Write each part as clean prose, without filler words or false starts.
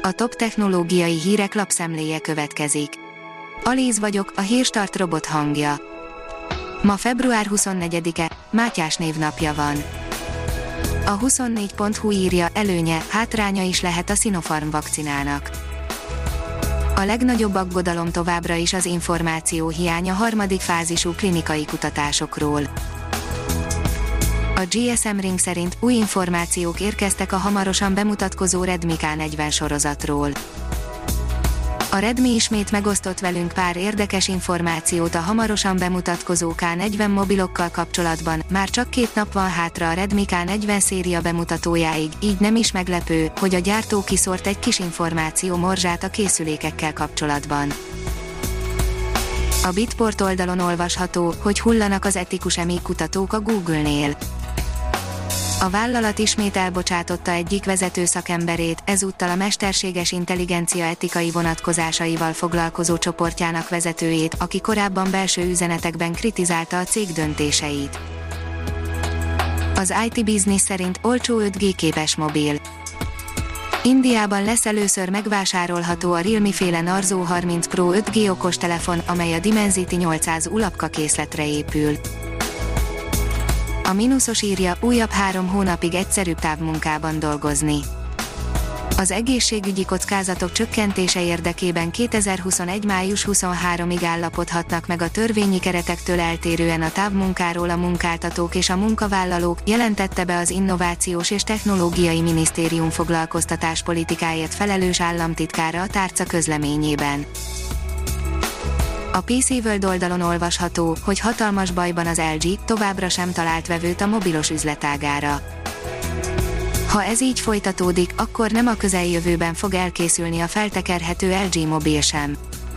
A top technológiai hírek lapszemléje következik. Alíz vagyok, a Hírstart robot hangja. Ma február 24-e, Mátyás névnapja van. A 24.hu írja, előnye, hátránya is lehet a Sinopharm vakcinának. A legnagyobb aggodalom továbbra is az információ hiány a harmadik fázisú klinikai kutatásokról. A GSM Ring szerint új információk érkeztek a hamarosan bemutatkozó Redmi K40 sorozatról. A Redmi ismét megosztott velünk pár érdekes információt a hamarosan bemutatkozó K40 mobilokkal kapcsolatban, már csak 2 nap van hátra a Redmi K40 széria bemutatójáig, így nem is meglepő, hogy a gyártó kiszórt egy kis információ morzsát a készülékekkel kapcsolatban. A Bitport oldalon olvasható, hogy hullanak az etikus EMI kutatók a Google-nél. A vállalat ismét elbocsátotta egyik vezető szakemberét, ezúttal a mesterséges intelligencia etikai vonatkozásaival foglalkozó csoportjának vezetőjét, aki korábban belső üzenetekben kritizálta a cég döntéseit. Az IT Business szerint olcsó 5G képes mobil. Indiában lesz először megvásárolható a Realme-féle Narzo 30 Pro 5G okostelefon, amely a Dimensity 800 ulapka készletre épül. A mínuszos írja, újabb 3 hónapig egyszerűbb távmunkában dolgozni. Az egészségügyi kockázatok csökkentése érdekében 2021. május 23-ig állapodhatnak meg a törvényi keretektől eltérően a távmunkáról a munkáltatók és a munkavállalók, jelentette be az Innovációs és Technológiai Minisztérium foglalkoztatáspolitikáért felelős államtitkára a tárca közleményében. A PC World oldalon olvasható, hogy hatalmas bajban az LG, továbbra sem talált vevőt a mobilos üzletágára. Ha ez így folytatódik, akkor nem a közeljövőben fog elkészülni a feltekerhető LG mobil sem.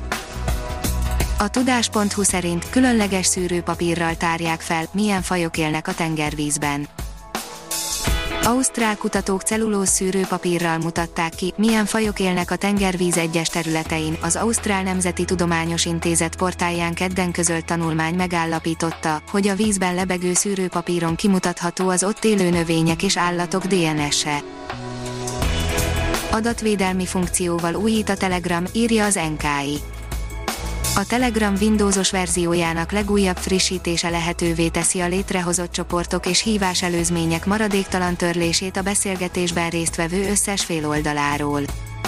A tudás.hu szerint különleges szűrőpapírral tárják fel, milyen fajok élnek a tengervízben. Ausztrál kutatók cellulóz szűrőpapírral mutatták ki, milyen fajok élnek a tengervíz egyes területein. Az Ausztrál Nemzeti Tudományos Intézet portálján kedden közölt tanulmány megállapította, hogy a vízben lebegő szűrőpapíron kimutatható az ott élő növények és állatok DNS-e. Adatvédelmi funkcióval újít a Telegram, írja az NKI. A Telegram Windowsos verziójának legújabb frissítése lehetővé teszi a létrehozott csoportok és híváselőzmények maradéktalan törlését a beszélgetésben résztvevő összes féloldaláról.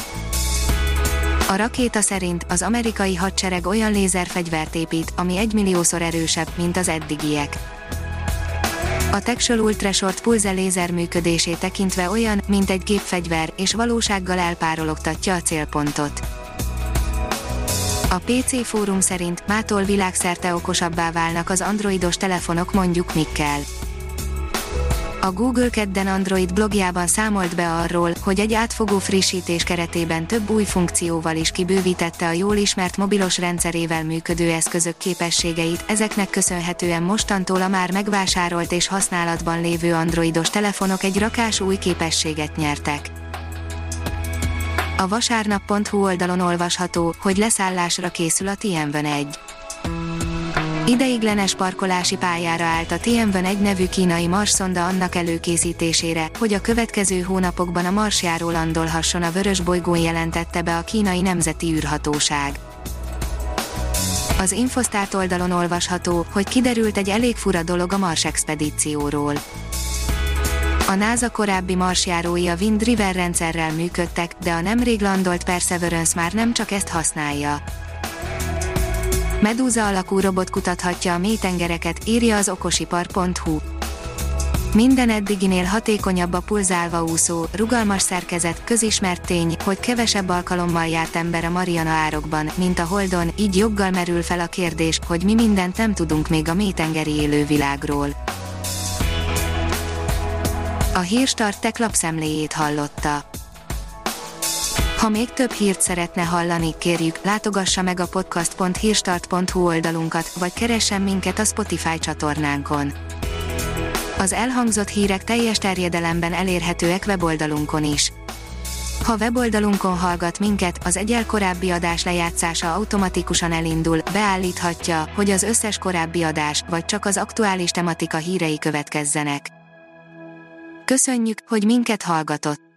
A rakéta szerint az amerikai hadsereg olyan lézerfegyvert épít, ami 1 milliószor erősebb, mint az eddigiek. A Texel Ultra Short Pulse lézer működését tekintve olyan, mint egy gépfegyver, és valósággal elpárologtatja a célpontot. A PC fórum szerint mától világszerte okosabbá válnak az androidos telefonok, mondjuk mikkel. A Google kedden Android blogjában számolt be arról, hogy egy átfogó frissítés keretében több új funkcióval is kibővítette a jól ismert mobilos rendszerével működő eszközök képességeit, ezeknek köszönhetően mostantól a már megvásárolt és használatban lévő androidos telefonok egy rakás új képességet nyertek. A vasárnap.hu oldalon olvasható, hogy leszállásra készül a Tianwen-1. Ideiglenes parkolási pályára állt a Tianwen-1 nevű kínai marsszonda annak előkészítésére, hogy a következő hónapokban a Marsjáról landolhasson a vörös bolygón, jelentette be a kínai nemzeti űrhatóság. Az Infostart oldalon olvasható, hogy kiderült egy elég fura dolog a Mars expedícióról. A NASA korábbi marsjárói a Wind River rendszerrel működtek, de a nemrég landolt Perseverance már nem csak ezt használja. Medúza alakú robot kutathatja a mélytengereket, írja az okosipar.hu. Minden eddiginél hatékonyabb a pulzálva úszó, rugalmas szerkezet, közismert tény, hogy kevesebb alkalommal járt ember a Mariana-árokban, mint a Holdon, így joggal merül fel a kérdés, hogy mi mindent nem tudunk még a mélytengeri élővilágról. A Hírstart Tech lapszemléjét hallotta. Ha még több hírt szeretne hallani, kérjük, látogassa meg a podcast.hírstart.hu oldalunkat, vagy keressen minket a Spotify csatornánkon. Az elhangzott hírek teljes terjedelemben elérhetőek weboldalunkon is. Ha weboldalunkon hallgat minket, az egyel korábbi adás lejátszása automatikusan elindul, beállíthatja, hogy az összes korábbi adás, vagy csak az aktuális tematika hírei következzenek. Köszönjük, hogy minket hallgatott!